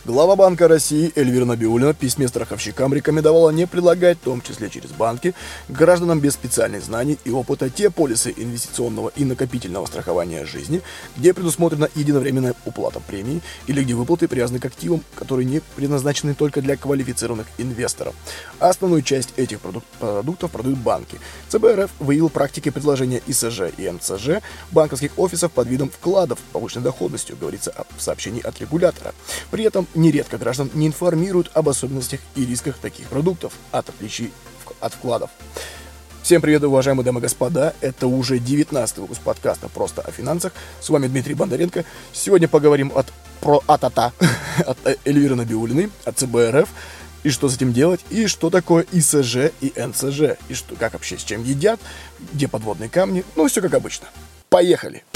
Глава Банка России Эльвира Набиуллина в письме страховщикам рекомендовала не предлагать, в том числе через банки, гражданам без специальных знаний и опыта те полисы инвестиционного и накопительного страхования жизни, где предусмотрена единовременная уплата премии или где выплаты привязаны к активам, которые не предназначены только для квалифицированных инвесторов. А основную часть этих продуктов продают банки. ЦБ РФ выявил практики предложения ИСЖ и НЦЖ банковских офисов под видом вкладов с повышенной доходностью, говорится в сообщении от регулятора. При этом нередко граждан не информируют об особенностях и рисках таких продуктов, от отличий от вкладов. Всем привет, уважаемые дамы и господа, это уже 19-й выпуск подкаста «Просто о финансах». С вами Дмитрий Бондаренко. Сегодня поговорим от Эльвиры Набиуллиной, от ЦБ РФ, и что с этим делать, и что такое ИСЖ и НЦЖ, и что, как вообще с чем едят, где подводные камни, ну все как обычно. Поехали!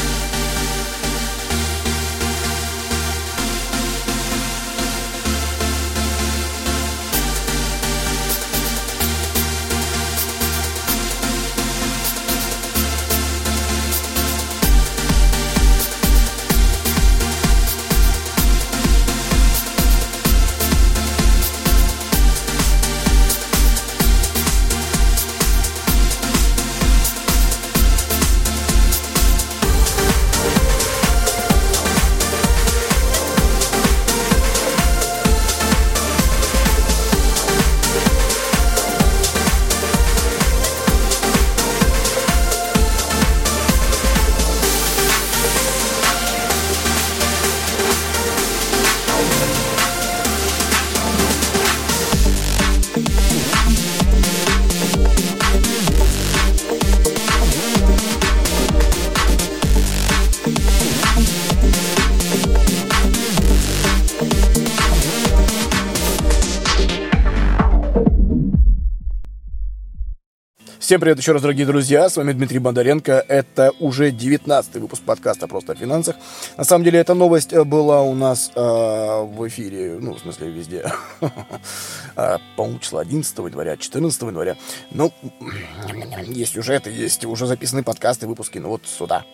Всем привет еще раз, дорогие друзья, с вами Дмитрий Бондаренко, это уже 19-й выпуск подкаста «Просто о финансах». На самом деле, эта новость была у нас в эфире, ну, в смысле, везде, по-моему, числа 11 января, 14 января. Ну, есть сюжеты, есть уже записанные подкасты, выпуски, ну вот сюда.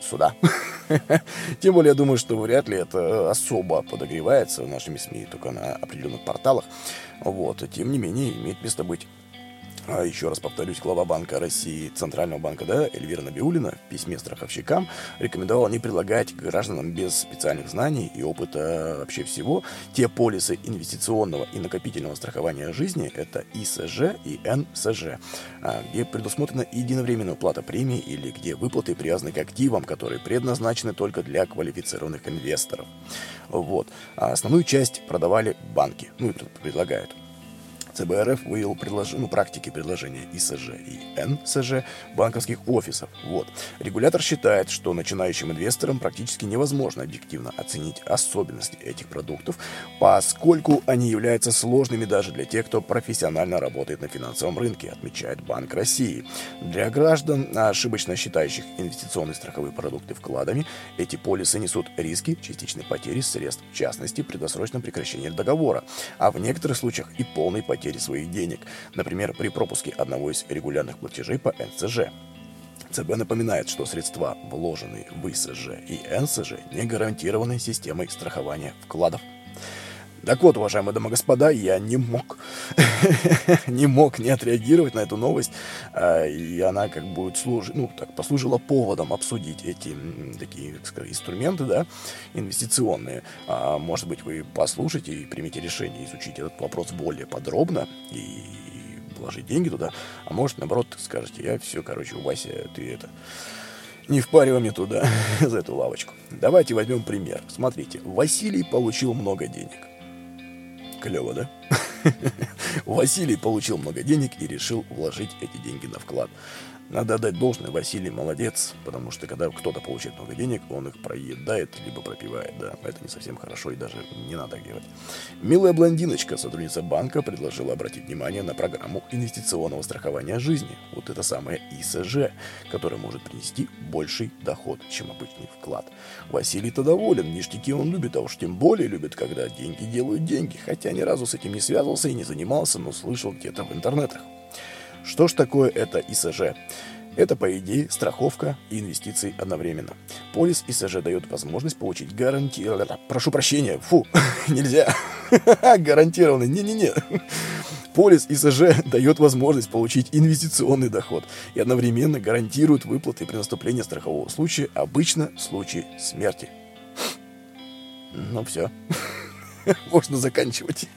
Тем более, я думаю, что вряд ли это особо подогревается нашими СМИ, только на определенных порталах. Вот, тем не менее, имеет место быть. Еще раз повторюсь, глава Банка России, Центрального банка, Эльвира Набиуллина в письме страховщикам рекомендовала не предлагать гражданам без специальных знаний и опыта вообще всего те полисы инвестиционного и накопительного страхования жизни, это ИСЖ и НСЖ, где предусмотрена единовременная уплата премии или где выплаты привязаны к активам, которые предназначены только для квалифицированных инвесторов. Вот. А основную часть продавали банки, ну и предлагают. ЦБ РФ выявил практики предложения ИСЖ и НСЖ банковских офисов. Вот. Регулятор считает, что начинающим инвесторам практически невозможно объективно оценить особенности этих продуктов, поскольку они являются сложными даже для тех, кто профессионально работает на финансовом рынке, отмечает Банк России. Для граждан, ошибочно считающих инвестиционные страховые продукты вкладами, эти полисы несут риски частичной потери средств, в частности, при досрочном прекращении договора, а в некоторых случаях и полной потери своих денег, например, при пропуске одного из регулярных платежей по НЦЖ. ЦБ напоминает, что средства, вложенные в ИСЖ и НСЖ, не гарантированы системой страхования вкладов. Так вот, уважаемые дамы и господа, я не мог не отреагировать на эту новость, и она как бы послужила поводом обсудить эти такие, так сказать, инструменты, инвестиционные. Может быть, вы послушаете и примете решение изучить этот вопрос более подробно и вложить деньги туда, а может, наоборот, скажете, Вася, ты не впаривай мне туда за эту лавочку. Давайте возьмем пример. Смотрите, Василий получил много денег. Клево, да? Василий получил много денег и решил вложить эти деньги на вклад. Надо отдать должное, Василий молодец, потому что когда кто-то получает много денег, он их проедает, либо пропивает, это не совсем хорошо и даже не надо так делать. Милая блондиночка, сотрудница банка, предложила обратить внимание на программу инвестиционного страхования жизни, вот это самое ИСЖ, которое может принести больший доход, чем обычный вклад. Василий-то доволен, ништяки он любит, а уж тем более любит, когда деньги делают деньги, хотя ни разу с этим не связывался и не занимался, но слышал где-то в интернетах. Что ж такое это ИСЖ? Это, по идее, страховка и инвестиции одновременно. Полис ИСЖ дает возможность получить прошу прощения, нельзя. Гарантированный, не-не-не. Полис ИСЖ дает возможность получить инвестиционный доход и одновременно гарантирует выплаты при наступлении страхового случая, обычно в случае смерти. Ну все, можно заканчивать.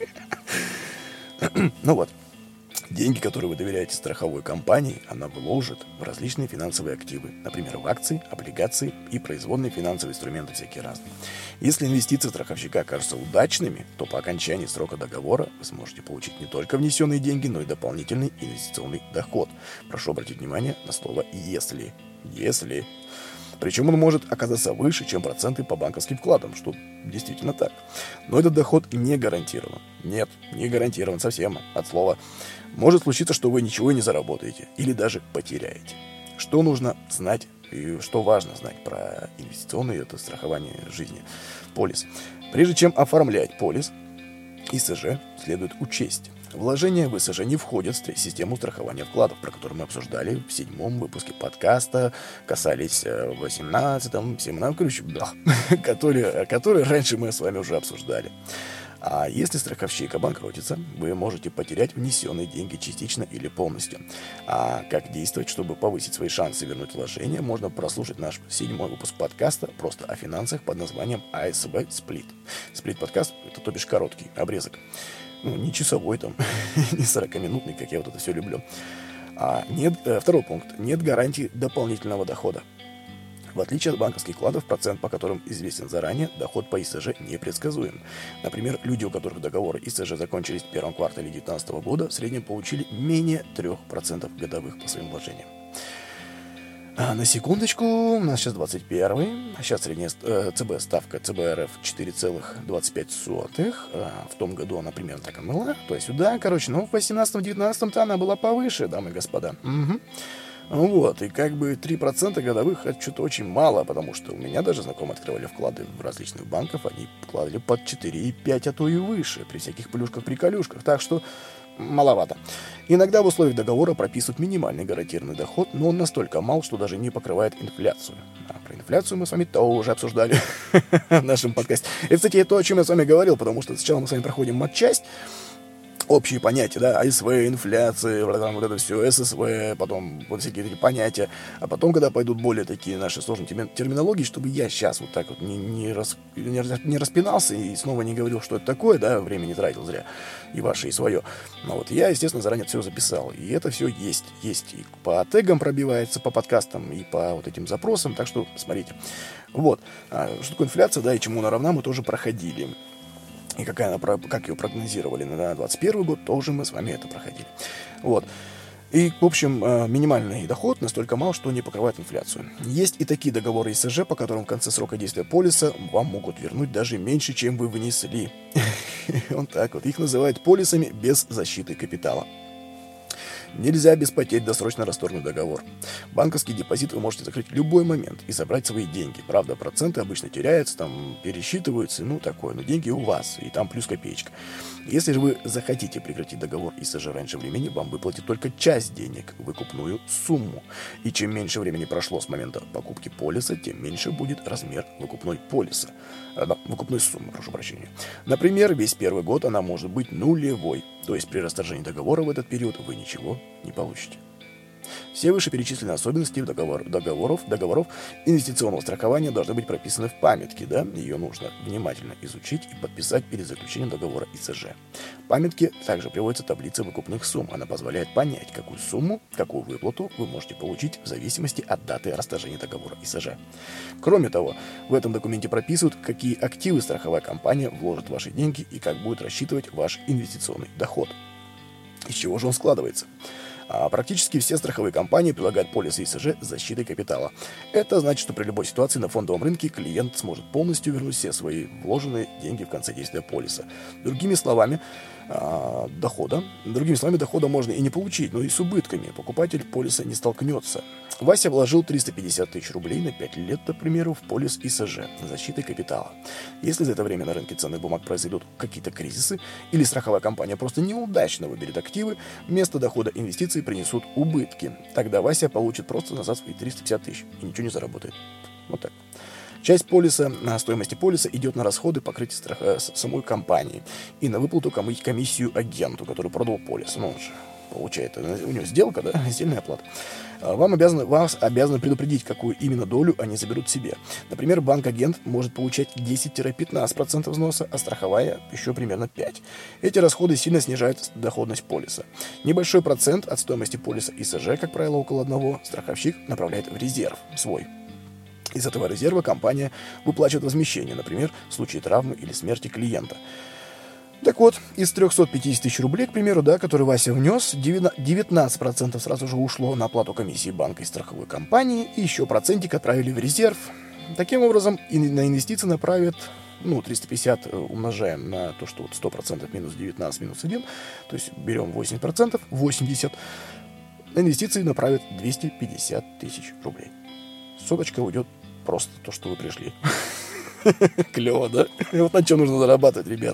Ну вот, деньги, которые вы доверяете страховой компании, она вложит в различные финансовые активы, например, в акции, облигации и производные финансовые инструменты всякие разные. Если инвестиции страховщика окажутся удачными, то по окончании срока договора вы сможете получить не только внесенные деньги, но и дополнительный инвестиционный доход. Прошу обратить внимание на слово «если». Если. Причем он может оказаться выше, чем проценты по банковским вкладам, что действительно так. Но этот доход не гарантирован. Нет, не гарантирован совсем от слова. Может случиться, что вы ничего не заработаете или даже потеряете. Что нужно знать и что важно знать про инвестиционное это страхование жизни, полис. Прежде чем оформлять полис, ИСЖ следует учесть. Вложения в ИСЖ не входят в систему страхования вкладов, про которую мы обсуждали в 7-м выпуске подкаста, касались 18-м, 17-м, которые раньше мы с вами уже обсуждали. А если страховщик обанкротится, вы можете потерять внесенные деньги частично или полностью. А как действовать, чтобы повысить свои шансы вернуть вложения, можно прослушать наш 7-й выпуск подкаста просто о финансах под названием АСБ Сплит. Сплит подкаст — это то бишь короткий обрезок. Ну, не часовой там, не 40-минутный, как я вот это все люблю. Второй пункт. Нет гарантии дополнительного дохода. В отличие от банковских вкладов, процент, по которым известен заранее, доход по ИСЖ непредсказуем. Например, люди, у которых договоры ИСЖ закончились в первом квартале 2019 года, в среднем получили менее 3% годовых по своим вложениям. На секундочку, у нас сейчас 21-й, сейчас средняя ЦБ ставка ЦБ РФ 4,25, в том году она примерно так и была, то есть сюда, в 18-19-то она была повыше, дамы и господа. Вот, и 3% годовых это что-то очень мало, потому что у меня даже знакомые открывали вклады в различных банках, они вкладывали под 4,5, а то и выше, при всяких плюшках-приколюшках, так что маловато. Иногда в условиях договора прописывают минимальный гарантированный доход, но он настолько мал, что даже не покрывает инфляцию. А про инфляцию мы с вами тоже обсуждали в нашем подкасте. И, кстати, то, о чем я с вами говорил, потому что сначала мы с вами проходим матчасть, общие понятия, да, АСВ, инфляция, вот это все, ССВ, потом вот всякие такие понятия. А потом, когда пойдут более такие наши сложные терминологии, чтобы я сейчас вот так вот не распинался и снова не говорил, что это такое, да, время не тратил зря, и ваше, и свое. Но вот я, естественно, заранее все записал. И это все есть. Есть и по тегам пробивается, по подкастам, и по вот этим запросам. Так что смотрите. Вот. Что такое инфляция, да, и чему она равна, мы тоже проходили. И как ее прогнозировали на 2021 год, тоже мы с вами это проходили. Вот. И, в общем, минимальный доход настолько мал, что не покрывает инфляцию. Есть и такие договоры ИСЖ, по которым в конце срока действия полиса вам могут вернуть даже меньше, чем вы внесли. Вот так вот. Их называют полисами без защиты капитала. Нельзя без потерь досрочно расторгнуть договор. Банковский депозит вы можете закрыть в любой момент и забрать свои деньги. Правда, проценты обычно теряются, там пересчитываются, но деньги у вас, и там плюс копеечка. Если же вы захотите прекратить договор ИСЖ раньше времени, вам выплатят только часть денег, выкупную сумму. И чем меньше времени прошло с момента покупки полиса, тем меньше будет размер выкупной суммы, прошу прощения. Например, весь первый год она может быть нулевой, то есть при расторжении договора в этот период вы ничего не получите. Все вышеперечисленные особенности договоров инвестиционного страхования должны быть прописаны в памятке, да? Ее нужно внимательно изучить и подписать перед заключением договора ИСЖ. В памятке также приводится таблица выкупных сумм. Она позволяет понять, какую сумму, какую выплату вы можете получить в зависимости от даты расторжения договора ИСЖ. Кроме того, в этом документе прописывают, какие активы страховая компания вложит в ваши деньги и как будет рассчитывать ваш инвестиционный доход. Из чего же он складывается? Практически все страховые компании предлагают полисы ИСЖ с защитой капитала. Это значит, что при любой ситуации на фондовом рынке клиент сможет полностью вернуть все свои вложенные деньги в конце действия полиса. Другими словами, дохода можно и не получить, но и с убытками покупатель полиса не столкнется. Вася вложил 350 тысяч рублей на 5 лет, к примеру, в полис ИСЖ защиты капитала. Если за это время на рынке ценных бумаг произойдут какие-то кризисы или страховая компания просто неудачно выберет активы, вместо дохода инвестиции принесут убытки. Тогда Вася получит просто назад свои 350 тысяч и ничего не заработает. Вот так. Часть полиса, стоимости полиса идет на расходы покрытия самой компании и на выплату комиссию агенту, который продал полис. Ну, он же получает, у него сделка, да, сдельная оплата. Вас обязаны предупредить, какую именно долю они заберут себе. Например, банк-агент может получать 10-15% взноса, а страховая еще примерно 5%. Эти расходы сильно снижают доходность полиса. Небольшой процент от стоимости полиса ИСЖ, как правило, около 1%, страховщик направляет в резерв свой. Из этого резерва компания выплачивает возмещение, например, в случае травмы или смерти клиента. Так вот, из 350 тысяч рублей, к примеру, да, который Вася внес, 19% сразу же ушло на оплату комиссии банка и страховой компании, и еще процентик отправили в резерв. Таким образом, и на инвестиции направят, 350 умножаем на то, что вот 100% минус 19 минус 1, то есть берем 80%, 80, на инвестиции направят 250 тысяч рублей. Соточка уйдет просто то, что вы пришли. Клево, да? Вот на чем нужно зарабатывать, ребят.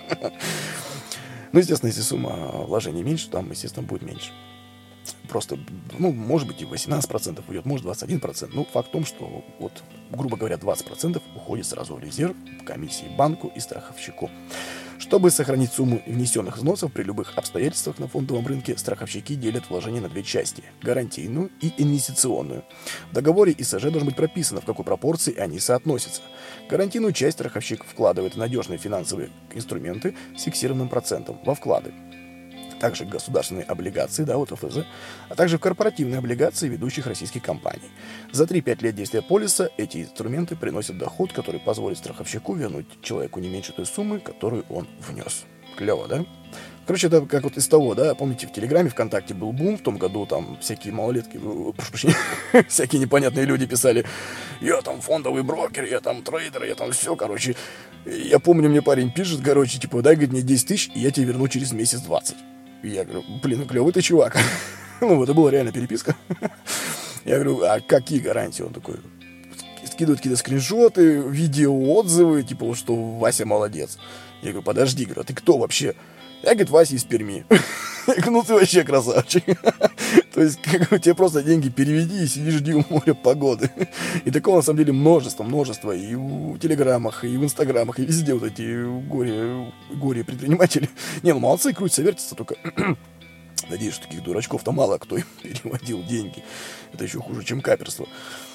Естественно, если сумма вложений меньше, там, естественно, будет меньше. Просто, может быть, и 18% уйдет, может, 21%. Факт в том, что, грубо говоря, 20% уходит сразу в резерв, в комиссии банку и страховщику. Чтобы сохранить сумму внесенных взносов при любых обстоятельствах на фондовом рынке, страховщики делят вложения на две части – гарантийную и инвестиционную. В договоре ИСЖ должно быть прописано, в какой пропорции они соотносятся. Гарантийную часть страховщик вкладывает в надежные финансовые инструменты с фиксированным процентом во вклады. Также государственные облигации, ОФЗ, а также в корпоративные облигации ведущих российских компаний. За 3-5 лет действия полиса эти инструменты приносят доход, который позволит страховщику вернуть человеку не меньше той суммы, которую он внес. Клево, да? Короче, это как из того, да, помните, в Телеграме, ВКонтакте был бум, в том году там всякие малолетки, прошу прощения, всякие непонятные люди писали: я там фондовый брокер, я там трейдер, я там все, короче. Я помню, мне парень пишет, дай, говорит, мне 10 тысяч, и я тебе верну через месяц 20. И я говорю, клевый ты чувак. Это была реально переписка. Я говорю, а какие гарантии? Он такой скидывает какие-то скриншоты, видеоотзывы, что Вася молодец. Я говорю, подожди, а ты кто вообще? Я, говорит, Вася из Перми. Я говорю, ты вообще красавчик. То есть, тебе просто деньги переведи и сиди, жди у моря погоды. И такого, на самом деле, множество. И в телеграммах, и в инстаграмах, и везде вот эти горе-предприниматели. Молодцы, крутятся, вертятся, только... Надеюсь, что таких дурачков-то мало кто им переводил деньги. Это еще хуже, чем каперство.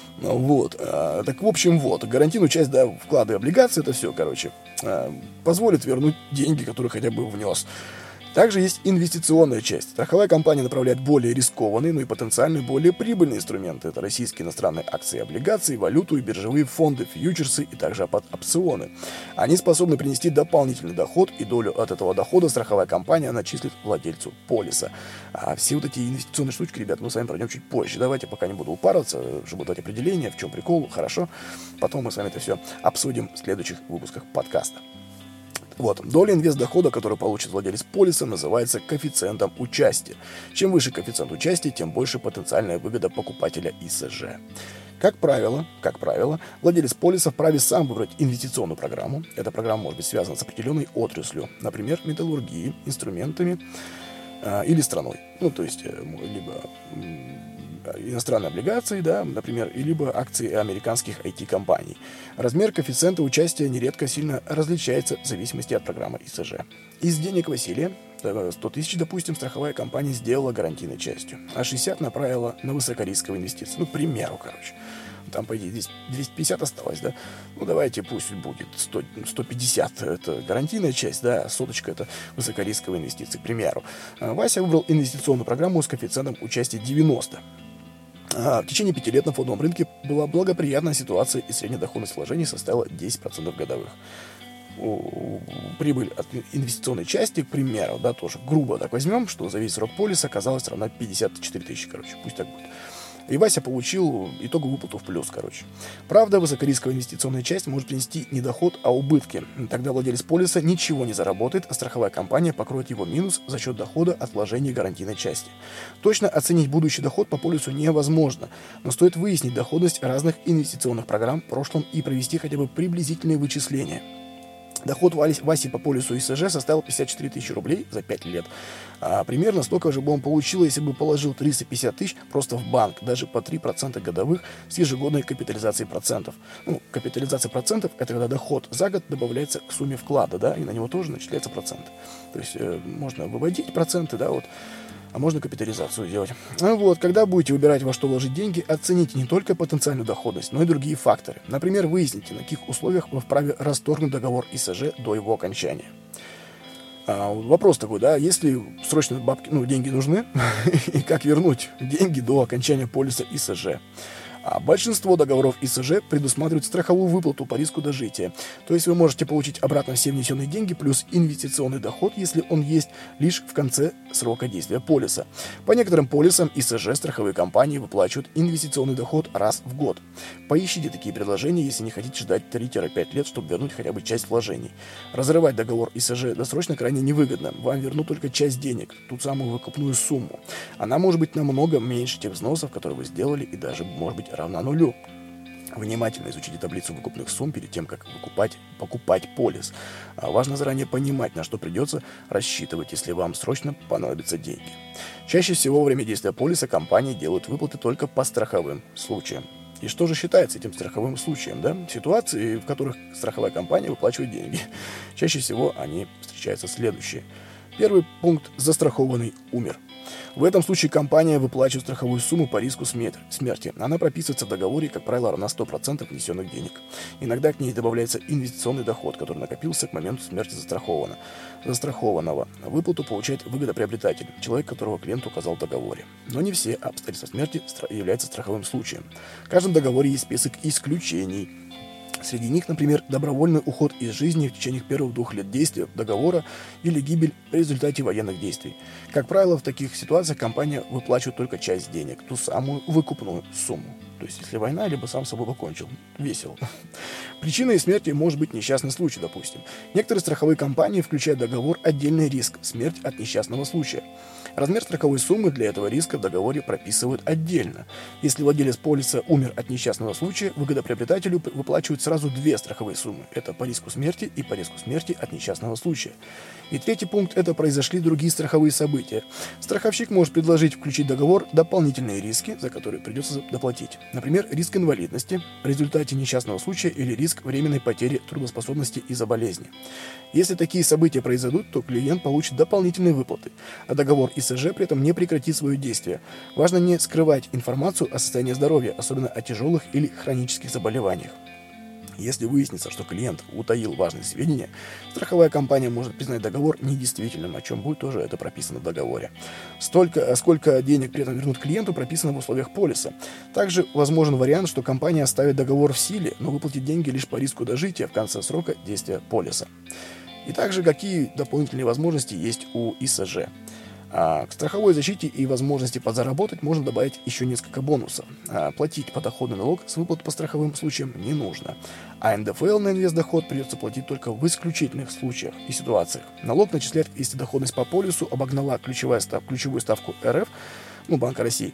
Так, в общем, гарантийную часть, вклады, облигации, это все, позволит вернуть деньги, которые хотя бы внес. Также есть инвестиционная часть. Страховая компания направляет более рискованные, но и потенциально более прибыльные инструменты. Это российские иностранные акции и облигации, валюту и биржевые фонды, фьючерсы и также опционы. Они способны принести дополнительный доход, и долю от этого дохода страховая компания начислит владельцу полиса. А все вот эти инвестиционные штучки, ребят, мы с вами пройдем чуть позже. Давайте, пока не буду упарываться, чтобы дать определение, в чем прикол, хорошо. Потом мы с вами это все обсудим в следующих выпусках подкаста. Доля инвестдохода, которую получит владелец полиса, называется коэффициентом участия. Чем выше коэффициент участия, тем больше потенциальная выгода покупателя ИСЖ. Как правило, владелец полиса вправе сам выбрать инвестиционную программу. Эта программа может быть связана с определенной отраслью, например, металлургией, инструментами или страной. То есть, либо иностранные облигации, например, либо акции американских IT-компаний. Размер коэффициента участия нередко сильно различается в зависимости от программы ИСЖ. Из денег Василия, 100 тысяч, допустим, страховая компания сделала гарантийной частью, а 60 направила на высокорисковые инвестиции. К примеру, Там, по идее, здесь 250 осталось, да? Давайте, пусть будет 150 это гарантийная часть, а соточка это высокорисковые инвестиции, к примеру. Вася выбрал инвестиционную программу с коэффициентом участия 90. В течение 5 лет на фондовом рынке была благоприятная ситуация, и средняя доходность вложений составила 10% годовых. Прибыль от инвестиционной части, к примеру, тоже грубо так возьмем, что за весь срок полиса оказалась равна 54 тысячи, пусть так будет. И Вася получил итоговую выплату в плюс, короче. Правда, высокорисковая инвестиционная часть может принести не доход, а убытки. Тогда владелец полиса ничего не заработает, а страховая компания покроет его минус за счет дохода от вложения гарантийной части. Точно оценить будущий доход по полису невозможно, но стоит выяснить доходность разных инвестиционных программ в прошлом и провести хотя бы приблизительные вычисления. Доход Васи по полису ИСЖ составил 54 тысячи рублей за 5 лет. Примерно столько же бы он получил, если бы положил 350 тысяч просто в банк, даже по 3% годовых с ежегодной капитализацией процентов. Капитализация процентов – это когда доход за год добавляется к сумме вклада, да, и на него тоже начисляется процент. То есть можно выводить проценты, да, вот, а можно капитализацию делать. Когда будете выбирать, во что вложить деньги, оцените не только потенциальную доходность, но и другие факторы. Например, выясните, на каких условиях вы вправе расторгнуть договор ИСЖ до его окончания. Вопрос такой, да, если срочно деньги нужны, и как вернуть деньги до окончания полиса ИСЖ? Большинство договоров ИСЖ предусматривают страховую выплату по риску дожития. То есть вы можете получить обратно все внесенные деньги плюс инвестиционный доход, если он есть лишь в конце срока действия полиса. По некоторым полисам ИСЖ страховые компании выплачивают инвестиционный доход раз в год. Поищите такие предложения, если не хотите ждать 3-5 лет, чтобы вернуть хотя бы часть вложений. Разрывать договор ИСЖ досрочно крайне невыгодно. Вам вернут только часть денег, ту самую выкупную сумму. Она может быть намного меньше тех взносов, которые вы сделали, и даже может быть равна нулю. Внимательно изучите таблицу выкупных сумм перед тем, как покупать полис. Важно заранее понимать, на что придется рассчитывать, если вам срочно понадобятся деньги. Чаще всего во время действия полиса компании делают выплаты только по страховым случаям. И что же считается этим страховым случаем? Да? Ситуации, в которых страховая компания выплачивает деньги. Чаще всего они встречаются следующие. Первый пункт – застрахованный умер. В этом случае компания выплачивает страховую сумму по риску смерти. Она прописывается в договоре, как правило, равна 100% внесенных денег. Иногда к ней добавляется инвестиционный доход, который накопился к моменту смерти застрахованного. Выплату получает выгодоприобретатель, человек, которого клиент указал в договоре. Но не все обстоятельства смерти являются страховым случаем. В каждом договоре есть список исключений. Среди них, например, добровольный уход из жизни в течение первых 2 лет действия договора или гибель в результате военных действий. Как правило, в таких ситуациях компания выплачивает только часть денег, ту самую выкупную сумму. То есть, если война, либо сам собой покончил. Весело. Причиной смерти может быть несчастный случай, допустим. Некоторые страховые компании включают в договор отдельный риск – смерть от несчастного случая. Размер страховой суммы для этого риска в договоре прописывают отдельно. Если владелец полиса умер от несчастного случая, выгодоприобретателю выплачивают сразу 2 страховые суммы. Это по риску смерти и по риску смерти от несчастного случая. И третий пункт – это произошли другие страховые события. Страховщик может предложить включить в договор дополнительные риски, за которые придется доплатить. Например, риск инвалидности в результате несчастного случая или риск временной потери трудоспособности из-за болезни. Если такие события произойдут, то клиент получит дополнительные выплаты, а договор ИСЖ при этом не прекратит свое действие. Важно не скрывать информацию о состоянии здоровья, особенно о тяжелых или хронических заболеваниях. Если выяснится, что клиент утаил важные сведения, страховая компания может признать договор недействительным, о чем будет тоже это прописано в договоре. Сколько денег при этом вернут клиенту, прописано в условиях полиса. Также возможен вариант, что компания оставит договор в силе, но выплатит деньги лишь по риску дожития в конце срока действия полиса. И также какие дополнительные возможности есть у ИСЖ. К страховой защите и возможности подзаработать можно добавить еще несколько бонусов. Платить подоходный налог с выплат по страховым случаям не нужно. А НДФЛ на инвестдоход придется платить только в исключительных случаях и ситуациях. Налог начисляют, если доходность по полису обогнала ключевую ставку РФ, Банка России.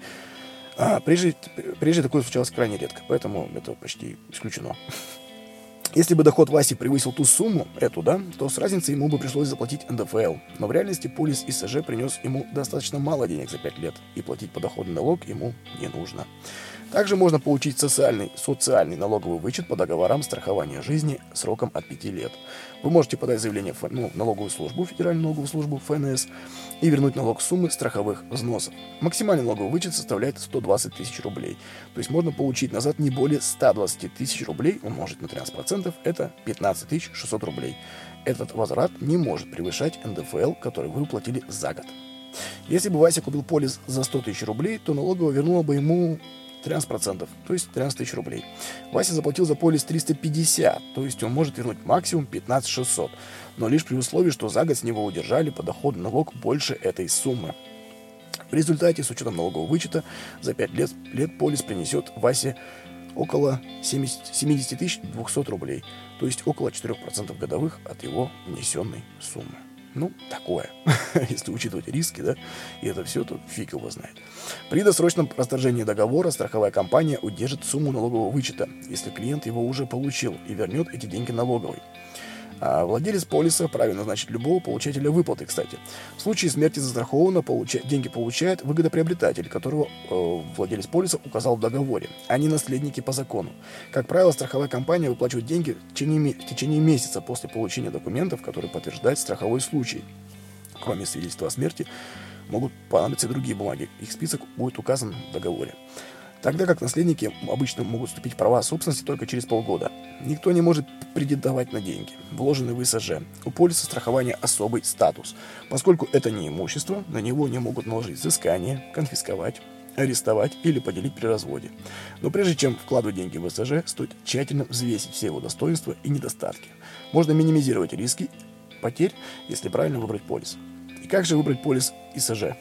Прежде такое случалось крайне редко, поэтому это почти исключено. Если бы доход Васи превысил ту сумму, то с разницей ему бы пришлось заплатить НДФЛ. Но в реальности полис ИСЖ принес ему достаточно мало денег за 5 лет, и платить подоходный налог ему не нужно. Также можно получить социальный налоговый вычет по договорам страхования жизни сроком от 5 лет. Вы можете подать заявление в налоговую службу, Федеральную налоговую службу, ФНС, и вернуть налог с суммы страховых взносов. Максимальный налоговый вычет составляет 120 тысяч рублей. То есть можно получить назад не более 120 тысяч рублей, умножить на 13%, это 15 600 рублей. Этот возврат не может превышать НДФЛ, который вы уплатили за год. Если бы Вася купил полис за 100 тысяч рублей, то налоговая вернула бы ему 13%, то есть 13 тысяч рублей. Вася заплатил за полис 350, то есть он может вернуть максимум 15 600, но лишь при условии, что за год с него удержали подоходный налог больше этой суммы. В результате, с учетом налогового вычета, за 5 лет полис принесет Васе около 70 200 рублей, то есть около 4% годовых от его внесенной суммы. Ну, такое. Если учитывать риски, да, и это все, то фиг его знает. При досрочном расторжении договора страховая компания удержит сумму налогового вычета, если клиент его уже получил, и вернет эти деньги налоговой. А владелец полиса вправе назначить любого получателя выплаты, кстати. В случае смерти застрахованного деньги получает выгодоприобретатель, которого владелец полиса указал в договоре, а не наследники по закону. Как правило, страховая компания выплачивает деньги в течение месяца после получения документов, которые подтверждают страховой случай. Кроме свидетельства о смерти, могут понадобиться и другие бумаги. Их список будет указан в договоре. Тогда как наследники обычно могут вступить в права собственности только через полгода. Никто не может претендовать на деньги, вложенные в ИСЖ. У полиса страхования особый статус. Поскольку это не имущество, на него не могут наложить взыскание, конфисковать, арестовать или поделить при разводе. Но прежде чем вкладывать деньги в ИСЖ, стоит тщательно взвесить все его достоинства и недостатки. Можно минимизировать риски потерь, если правильно выбрать полис. И как же выбрать полис ИСЖ?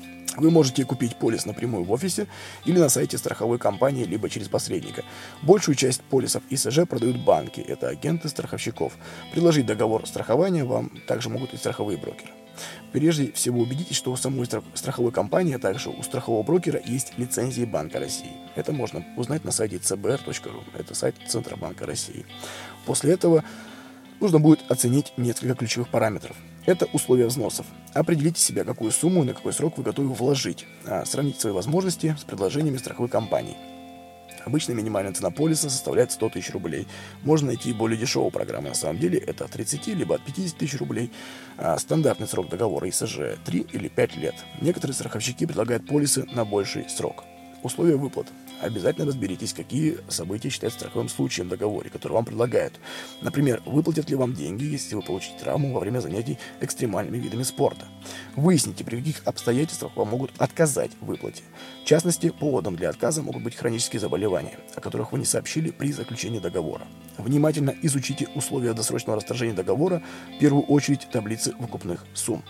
Вы можете купить полис напрямую в офисе или на сайте страховой компании, либо через посредника. Большую часть полисов ИСЖ продают банки, это агенты страховщиков. Предложить договор страхования вам также могут и страховые брокеры. Прежде всего убедитесь, что у самой страховой компании, а также у страхового брокера есть лицензии Банка России. Это можно узнать на сайте cbr.ru, это сайт Центробанка России. После этого нужно будет оценить несколько ключевых параметров. Это условия взносов. Определите себе, какую сумму и на какой срок вы готовы вложить. Сравните свои возможности с предложениями страховой компании. Обычно минимальная цена полиса составляет 100 тысяч рублей. Можно найти более дешевую программу. На самом деле это от 30 либо от 50 тысяч рублей. Стандартный срок договора ИСЖ 3 или 5 лет. Некоторые страховщики предлагают полисы на больший срок. Условия выплат. Обязательно разберитесь, какие события считать страховым случаем в договоре, который вам предлагают. Например, выплатят ли вам деньги, если вы получите травму во время занятий экстремальными видами спорта. Выясните, при каких обстоятельствах вам могут отказать в выплате. В частности, поводом для отказа могут быть хронические заболевания, о которых вы не сообщили при заключении договора. Внимательно изучите условия досрочного расторжения договора, в первую очередь таблицы выкупных сумм.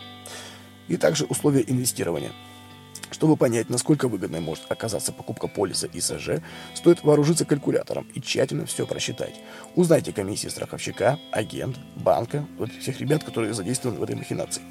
И также условия инвестирования. Чтобы понять, насколько выгодной может оказаться покупка полиса ИСЖ, стоит вооружиться калькулятором и тщательно все просчитать. Узнайте комиссии страховщика, агент, банка, вот всех ребят, которые задействованы в этой махинации.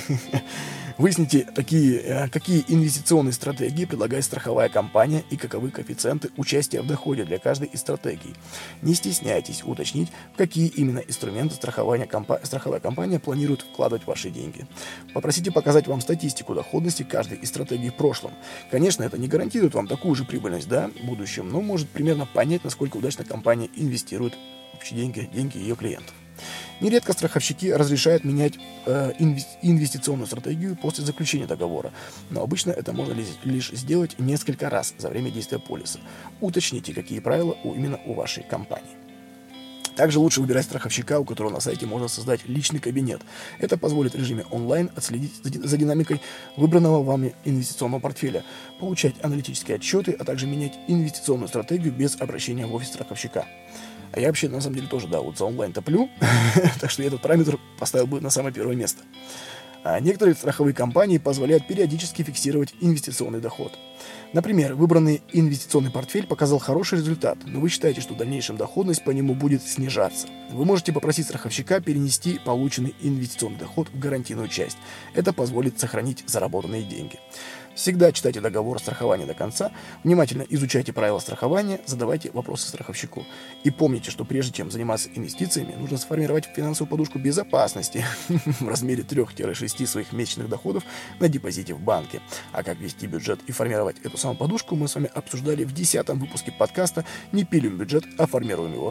Выясните, какие инвестиционные стратегии предлагает страховая компания и каковы коэффициенты участия в доходе для каждой из стратегий. Не стесняйтесь уточнить, в какие именно инструменты страховая компания планирует вкладывать ваши деньги. Попросите показать вам статистику доходности каждой из стратегий в прошлом. Конечно, это не гарантирует вам такую же прибыльность, в будущем, но может примерно понять, насколько удачно компания инвестирует общие деньги ее клиентов. Нередко страховщики разрешают менять инвестиционную стратегию после заключения договора, но обычно это можно лишь сделать несколько раз за время действия полиса. Уточните, какие правила именно у вашей компании. Также лучше выбирать страховщика, у которого на сайте можно создать личный кабинет. Это позволит в режиме онлайн отследить за динамикой выбранного вами инвестиционного портфеля, получать аналитические отчеты, а также менять инвестиционную стратегию без обращения в офис страховщика. А я вообще, на самом деле, тоже, вот за онлайн топлю, так что я этот параметр поставил бы на самое первое место. А некоторые страховые компании позволяют периодически фиксировать инвестиционный доход. Например, выбранный инвестиционный портфель показал хороший результат, но вы считаете, что в дальнейшем доходность по нему будет снижаться. Вы можете попросить страховщика перенести полученный инвестиционный доход в гарантийную часть. Это позволит сохранить заработанные деньги. Всегда читайте договор страхования до конца, внимательно изучайте правила страхования, задавайте вопросы страховщику. И помните, что прежде чем заниматься инвестициями, нужно сформировать финансовую подушку безопасности в размере 3-6 своих месячных доходов на депозите в банке. А как вести бюджет и формировать эту самую подушку, мы с вами обсуждали в 10-м выпуске подкаста «Не пилим бюджет, а формируем его».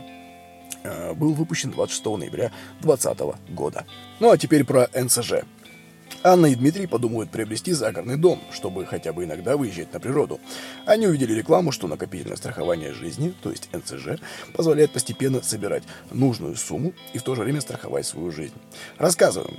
Был выпущен 26 ноября 2020 года. Ну а теперь про НСЖ. Анна и Дмитрий подумают приобрести загородный дом, чтобы хотя бы иногда выезжать на природу. Они увидели рекламу, что накопительное страхование жизни, то есть НСЖ, позволяет постепенно собирать нужную сумму и в то же время страховать свою жизнь. Рассказываем,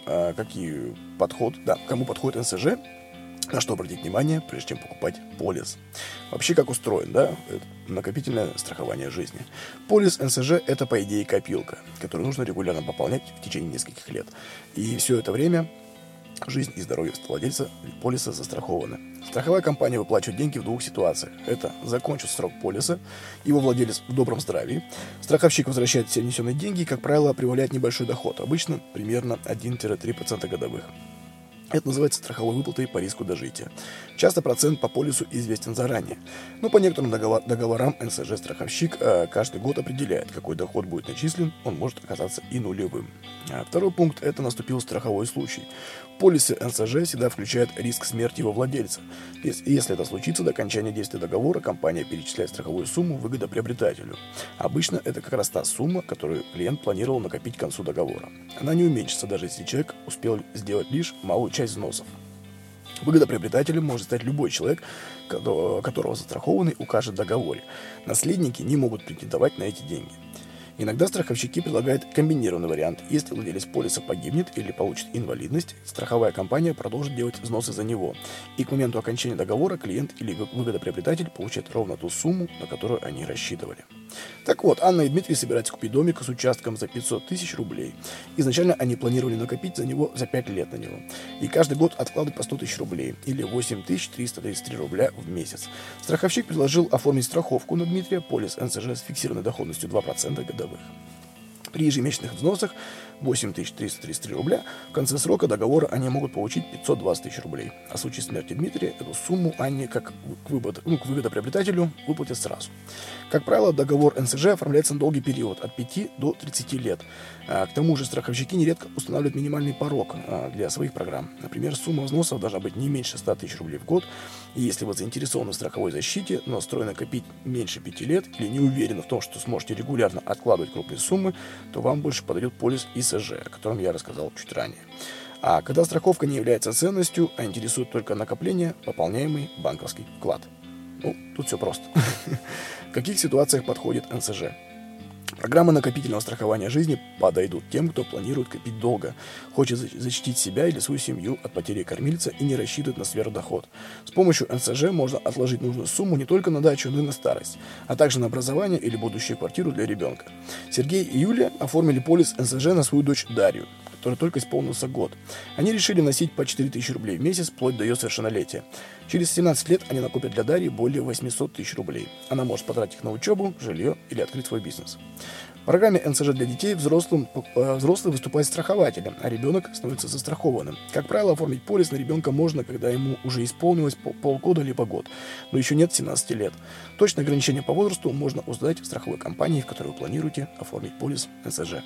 кому подходит НСЖ, на что обратить внимание, прежде чем покупать полис. Вообще, как устроен, накопительное страхование жизни. Полис НСЖ – это, по идее, копилка, которую нужно регулярно пополнять в течение нескольких лет. И все это время жизнь и здоровье владельца полиса застрахованы. Страховая компания выплачивает деньги в двух ситуациях. Это закончив срок полиса, его владелец в добром здравии. Страховщик возвращает все внесенные деньги и, как правило, прибавляет небольшой доход, обычно примерно 1-3% годовых. Это называется страховой выплатой по риску дожития. Часто процент по полису известен заранее. Но по некоторым договорам НСЖ-страховщик каждый год определяет, какой доход будет начислен, он может оказаться и нулевым. Второй пункт – это наступил страховой случай. Полисы НСЖ всегда включают риск смерти его владельца. Если это случится до окончания действия договора, компания перечисляет страховую сумму выгодоприобретателю. Обычно это как раз та сумма, которую клиент планировал накопить к концу договора. Она не уменьшится, даже если человек успел сделать лишь малую часть взносов. Выгодоприобретателем может стать любой человек, которого застрахованный укажет в договоре. Наследники не могут претендовать на эти деньги. Иногда страховщики предлагают комбинированный вариант. Если владелец полиса погибнет или получит инвалидность, страховая компания продолжит делать взносы за него. И к моменту окончания договора клиент или выгодоприобретатель получат ровно ту сумму, на которую они рассчитывали. Так вот, Анна и Дмитрий собираются купить домик с участком за 500 тысяч рублей. Изначально они планировали накопить за 5 лет на него. И каждый год откладывать по 100 тысяч рублей, или 8333 рубля в месяц. Страховщик предложил оформить страховку на Дмитрия, полис НСЖ с фиксированной доходностью 2% годовых. При ежемесячных взносах 8333 рубля в конце срока договора они могут получить 520 тысяч рублей. А в случае смерти Дмитрия эту сумму Анне, как к выгодоприобретателю, выплатят сразу. Как правило, договор НСЖ оформляется на долгий период, от 5 до 30 лет. К тому же страховщики нередко устанавливают минимальный порог для своих программ. Например, сумма взносов должна быть не меньше 100 тысяч рублей в год. И если вы заинтересованы в страховой защите, но настроены копить меньше 5 лет или не уверены в том, что сможете регулярно откладывать крупные суммы, то вам больше подойдет полис ИСЖ, о котором я рассказал чуть ранее. А когда страховка не является ценностью, а интересует только накопление, пополняемый банковский вклад. Тут все просто. В каких ситуациях подходит НСЖ? Программы накопительного страхования жизни подойдут тем, кто планирует копить долго, хочет защитить себя или свою семью от потери кормильца и не рассчитывает на сверхдоход. С помощью НСЖ можно отложить нужную сумму не только на дачу, но и на старость, а также на образование или будущую квартиру для ребенка. Сергей и Юлия оформили полис НСЖ на свою дочь Дарью, которой только исполнился год. Они решили носить по 4000 рублей в месяц вплоть до ее совершеннолетия. Через 17 лет они накопят для Дарьи более 800 тысяч рублей. Она может потратить их на учебу, жилье или открыть свой бизнес. В программе НСЖ для детей взрослый выступает страхователем, а ребенок становится застрахованным. Как правило, оформить полис на ребенка можно, когда ему уже исполнилось полгода либо год, но еще нет 17 лет. Точное ограничение по возрасту можно узнать в страховой компании, в которой вы планируете оформить полис НСЖ.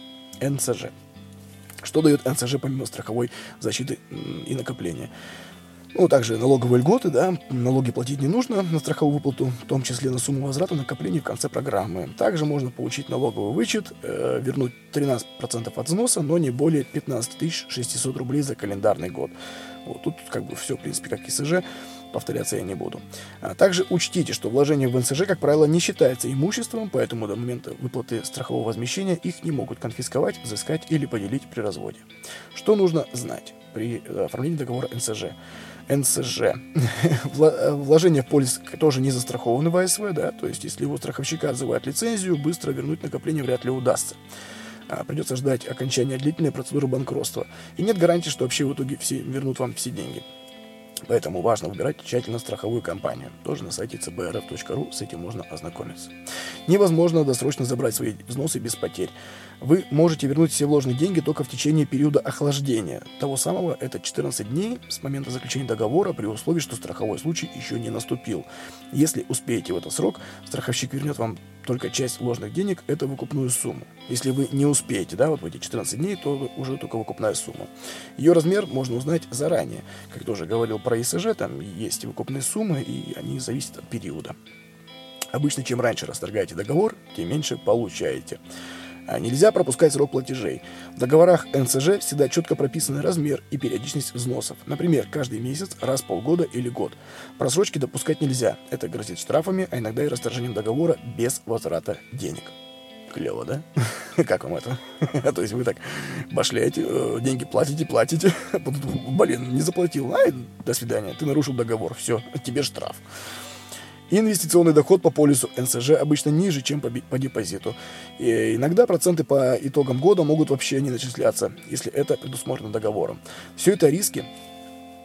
Что дает НСЖ помимо страховой защиты и накопления? Также налоговые льготы, налоги платить не нужно на страховую выплату, в том числе на сумму возврата накоплений в конце программы. Также можно получить налоговый вычет, вернуть 13% от взноса, но не более 15 600 рублей за календарный год. Тут все, в принципе, как ИСЖ, повторяться я не буду. Также учтите, что вложение в НСЖ, как правило, не считается имуществом, поэтому до момента выплаты страхового возмещения их не могут конфисковать, взыскать или поделить при разводе. Что нужно знать при оформлении договора НСЖ? Вложение в полис тоже не застрахованы в АСВ, то есть если его страховщика отзывают лицензию, быстро вернуть накопление вряд ли удастся. Придется ждать окончания длительной процедуры банкротства. И нет гарантии, что вообще в итоге вернут вам все деньги. Поэтому важно выбирать тщательно страховую компанию. Тоже на сайте cbrf.ru с этим можно ознакомиться. Невозможно досрочно забрать свои взносы без потерь. Вы можете вернуть все вложенные деньги только в течение периода охлаждения. Того самого, это 14 дней с момента заключения договора, при условии, что страховой случай еще не наступил. Если успеете в этот срок, страховщик вернет вам только часть вложенных денег, это выкупную сумму. Если вы не успеете, в эти 14 дней, то уже только выкупная сумма. Ее размер можно узнать заранее. Как тоже говорил про ИСЖ, там есть выкупные суммы, и они зависят от периода. Обычно, чем раньше расторгаете договор, тем меньше получаете. Нельзя пропускать срок платежей. В договорах НСЖ всегда четко прописаны размер и периодичность взносов. Например, каждый месяц, раз в полгода или год. Просрочки допускать нельзя. Это грозит штрафами, а иногда и расторжением договора без возврата денег. Клево, да? Как вам это? То есть вы так башляете, деньги платите. Не заплатил. До свидания. Ты нарушил договор. Все, тебе штраф. Инвестиционный доход по полису НСЖ обычно ниже, чем по депозиту. И иногда проценты по итогам года могут вообще не начисляться, если это предусмотрено договором. Все это риски,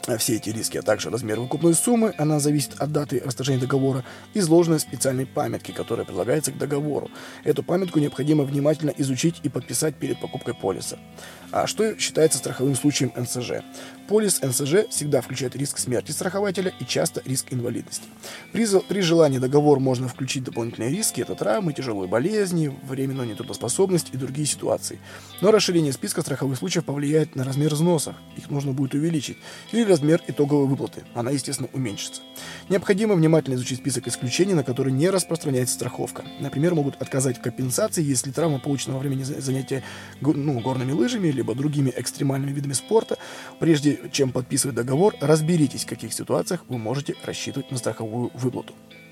все эти риски, а также размер выкупной суммы, она зависит от даты расторжения договора, изложена в специальной памятке, которая прилагается к договору. Эту памятку необходимо внимательно изучить и подписать перед покупкой полиса. А что считается страховым случаем НСЖ? Полис НСЖ всегда включает риск смерти страхователя и часто риск инвалидности. При желании договор можно включить дополнительные риски, это травмы, тяжелые болезни, временную нетрудоспособность и другие ситуации. Но расширение списка страховых случаев повлияет на размер взносов, их нужно будет увеличить, или размер итоговой выплаты, она, естественно, уменьшится. Необходимо внимательно изучить список исключений, на которые не распространяется страховка. Например, могут отказать в компенсации, если травма получена во время занятия горными лыжами, либо другими экстремальными видами спорта. Прежде чем подписывать договор, разберитесь, в каких ситуациях вы можете рассчитывать на страховую выплату.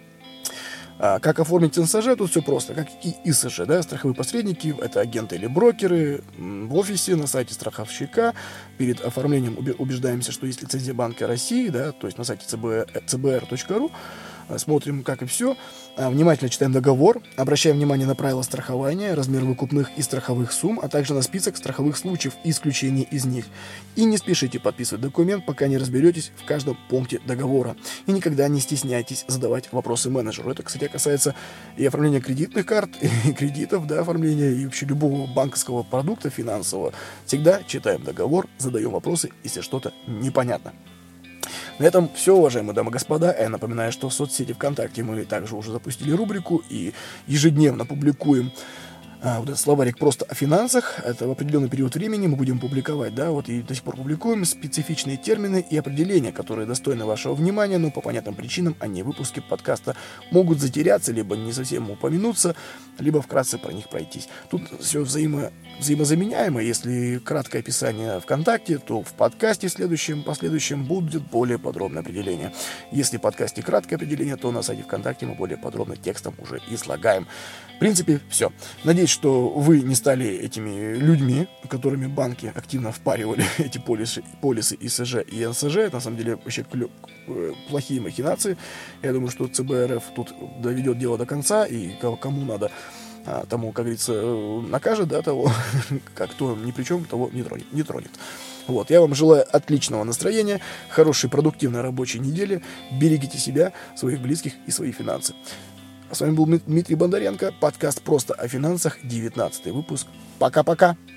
Как оформить НСЖ? Тут все просто, как и ИСЖ, да, страховые посредники, это агенты или брокеры, в офисе, на сайте страховщика. Перед оформлением убеждаемся, что есть лицензия Банка России, да, то есть на сайте cbr.ru, смотрим, как и все. Внимательно читаем договор, обращаем внимание на правила страхования, размер выкупных и страховых сумм, а также на список страховых случаев и исключений из них. И не спешите подписывать документ, пока не разберетесь в каждом пункте договора. И никогда не стесняйтесь задавать вопросы менеджеру. Это, кстати, касается и оформления кредитных карт, и кредитов, да, оформления, и вообще любого банковского продукта финансового. Всегда читаем договор, задаем вопросы, если что-то непонятно. На этом все, уважаемые дамы и господа. Я напоминаю, что в соцсети ВКонтакте мы также уже запустили рубрику и ежедневно публикуем вот этот словарик просто о финансах. Это в определенный период времени мы будем публиковать, да, вот и до сих пор публикуем специфичные термины и определения, которые достойны вашего внимания, но по понятным причинам они в выпуске подкаста могут затеряться, либо не совсем упомянуться, либо вкратце про них пройтись. Тут все взаимозаменяемо. Если краткое описание ВКонтакте, то в подкасте последующем будет более подробное определение. Если в подкасте краткое определение, то на сайте ВКонтакте мы более подробно текстом уже излагаем. В принципе, все. Надеюсь, что вы не стали этими людьми, которыми банки активно впаривали эти полисы ИСЖ и НСЖ. Это, на самом деле, вообще плохие махинации. Я думаю, что ЦБРФ тут доведет дело до конца, и кому надо, тому, как говорится, накажет, да, того, как кто ни при чем, того не тронет. Вот, я вам желаю отличного настроения, хорошей, продуктивной рабочей недели. Берегите себя, своих близких и свои финансы. С вами был Дмитрий Бондаренко, подкаст «Просто о финансах», 19 выпуск. Пока-пока!